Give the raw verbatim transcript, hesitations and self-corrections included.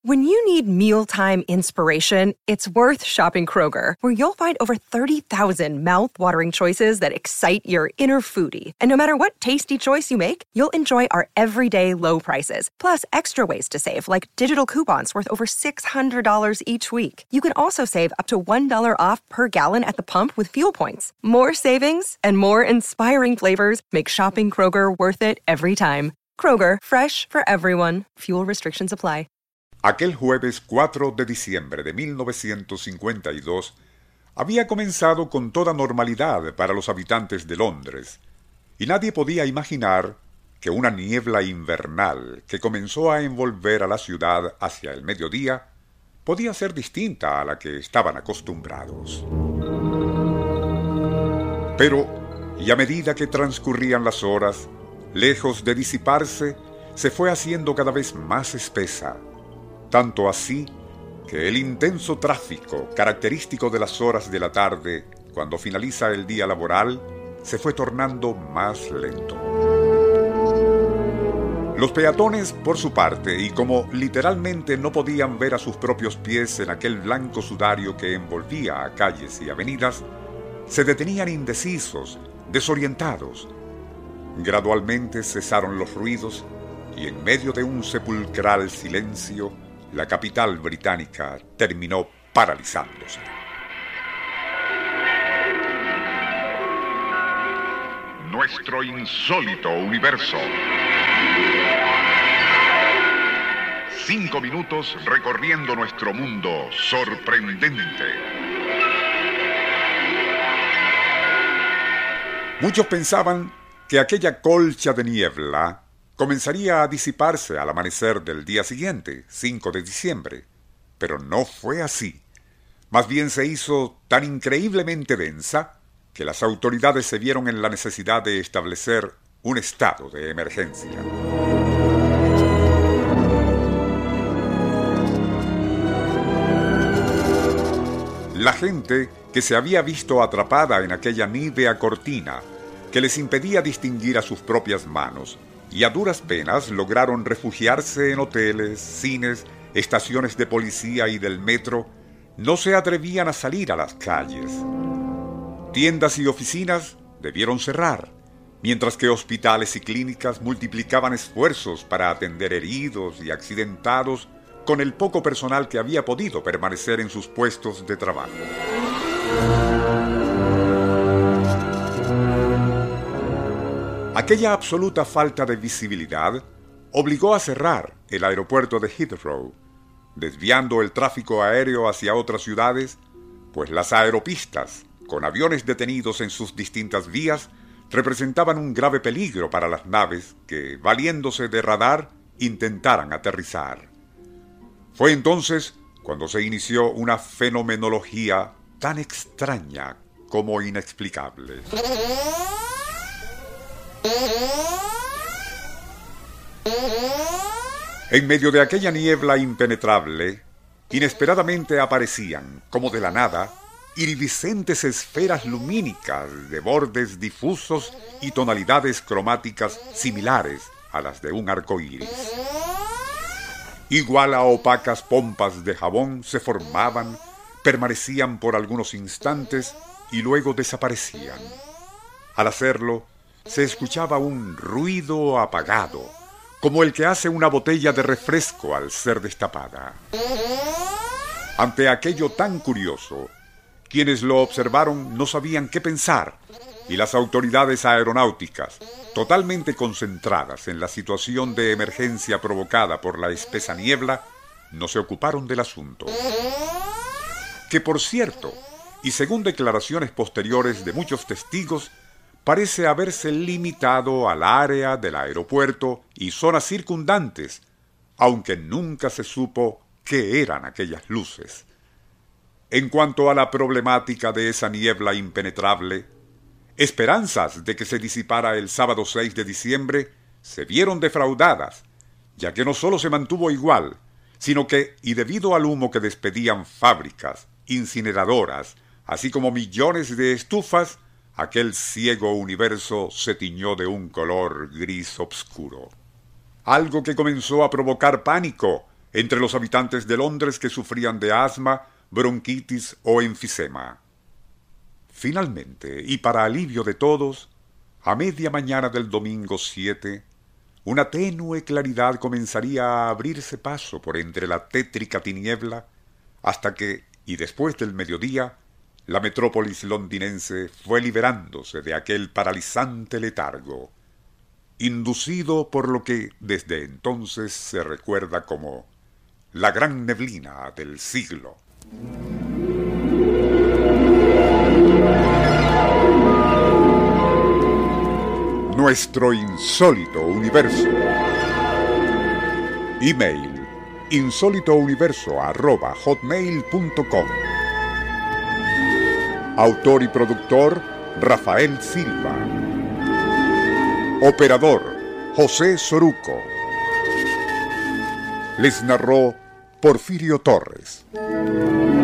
When you need mealtime inspiration, it's worth shopping Kroger, where you'll find over thirty thousand mouth-watering choices that excite your inner foodie. And no matter what tasty choice you make, you'll enjoy our everyday low prices, plus extra ways to save, like digital coupons worth over six hundred dollars each week. You can also save up to one dollar off per gallon at the pump with fuel points. More savings and more inspiring flavors make shopping Kroger worth it every time. Kroger, fresh for everyone. Fuel restrictions apply. Aquel jueves cuatro de diciembre de mil novecientos cincuenta y dos había comenzado con toda normalidad para los habitantes de Londres, y nadie podía imaginar que una niebla invernal que comenzó a envolver a la ciudad hacia el mediodía podía ser distinta a la que estaban acostumbrados. Pero, y a medida que transcurrían las horas, lejos de disiparse, se fue haciendo cada vez más espesa. Tanto así que el intenso tráfico característico de las horas de la tarde, cuando finaliza el día laboral, se fue tornando más lento. Los peatones, por su parte, y como literalmente no podían ver a sus propios pies en aquel blanco sudario que envolvía a calles y avenidas, se detenían indecisos, desorientados. Gradualmente cesaron los ruidos y en medio de un sepulcral silencio, la capital británica terminó paralizándose. Nuestro insólito universo. Cinco minutos recorriendo nuestro mundo sorprendente. Muchos pensaban que aquella colcha de niebla comenzaría a disiparse al amanecer del día siguiente, cinco de diciembre, pero no fue así. Más bien se hizo tan increíblemente densa que las autoridades se vieron en la necesidad de establecer un estado de emergencia. La gente que se había visto atrapada en aquella nívea cortina que les impedía distinguir a sus propias manos, y a duras penas lograron refugiarse en hoteles, cines, estaciones de policía y del metro, no se atrevían a salir a las calles. Tiendas y oficinas debieron cerrar, mientras que hospitales y clínicas multiplicaban esfuerzos para atender heridos y accidentados con el poco personal que había podido permanecer en sus puestos de trabajo. Aquella absoluta falta de visibilidad obligó a cerrar el aeropuerto de Heathrow, desviando el tráfico aéreo hacia otras ciudades, pues las aeropistas, con aviones detenidos en sus distintas vías, representaban un grave peligro para las naves que, valiéndose de radar, intentaran aterrizar. Fue entonces cuando se inició una fenomenología tan extraña como inexplicable. En medio de aquella niebla impenetrable, inesperadamente aparecían, como de la nada, iridiscentes esferas lumínicas de bordes difusos y tonalidades cromáticas similares a las de un arco iris. Igual a opacas pompas de jabón se formaban, permanecían por algunos instantes y luego desaparecían. Al hacerlo, se escuchaba un ruido apagado, como el que hace una botella de refresco al ser destapada. Ante aquello tan curioso, quienes lo observaron no sabían qué pensar, y las autoridades aeronáuticas, totalmente concentradas en la situación de emergencia provocada por la espesa niebla, no se ocuparon del asunto. Que por cierto, y según declaraciones posteriores de muchos testigos, parece haberse limitado al área del aeropuerto y zonas circundantes, aunque nunca se supo qué eran aquellas luces. En cuanto a la problemática de esa niebla impenetrable, esperanzas de que se disipara el sábado seis de diciembre se vieron defraudadas, ya que no solo se mantuvo igual, sino que, y debido al humo que despedían fábricas, incineradoras, así como millones de estufas, aquel ciego universo se tiñó de un color gris obscuro. Algo que comenzó a provocar pánico entre los habitantes de Londres que sufrían de asma, bronquitis o enfisema. Finalmente, y para alivio de todos, a media mañana del domingo siete, una tenue claridad comenzaría a abrirse paso por entre la tétrica tiniebla, hasta que, y después del mediodía, la metrópolis londinense fue liberándose de aquel paralizante letargo, inducido por lo que desde entonces se recuerda como la gran neblina del siglo. Nuestro insólito universo. Email insólitouniverso arroba hotmail punto com. Autor y productor Rafael Silva. Operador José Soruco. Les narró Porfirio Torres.